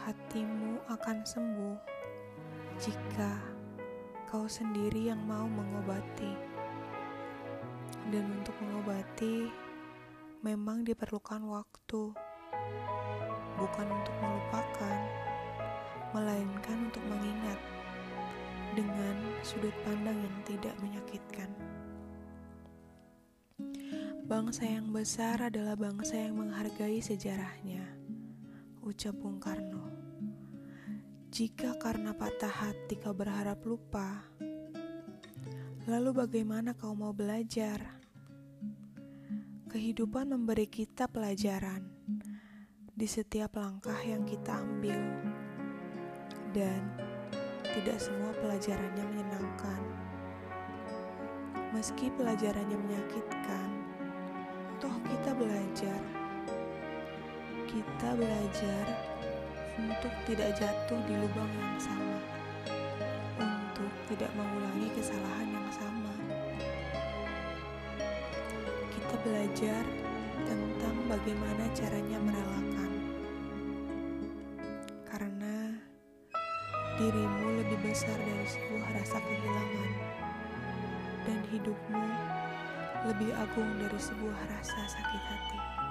hatimu akan sembuh jika kau sendiri yang mau mengobati. Dan untuk mengobati memang diperlukan waktu, bukan untuk melupakan, melainkan untuk mengingat dengan sudut pandang yang tidak menyakitkan. Bangsa yang besar adalah bangsa yang menghargai sejarahnya, ucap Bung Karno. Jika karena patah hati kau berharap lupa, lalu bagaimana kau mau belajar? Kehidupan memberi kita pelajaran di setiap langkah yang kita ambil, dan tidak semua pelajarannya menyenangkan. Meski pelajarannya menyakitkan, toh kita belajar. Kita belajar untuk tidak jatuh di lubang yang sama, untuk tidak mengulangi kesalahan yang sama. Kita belajar tentang bagaimana caranya merelakan, karena dirimu lebih besar dari sebuah rasa kehilangan, dan hidupmu lebih agung dari sebuah rasa sakit hati.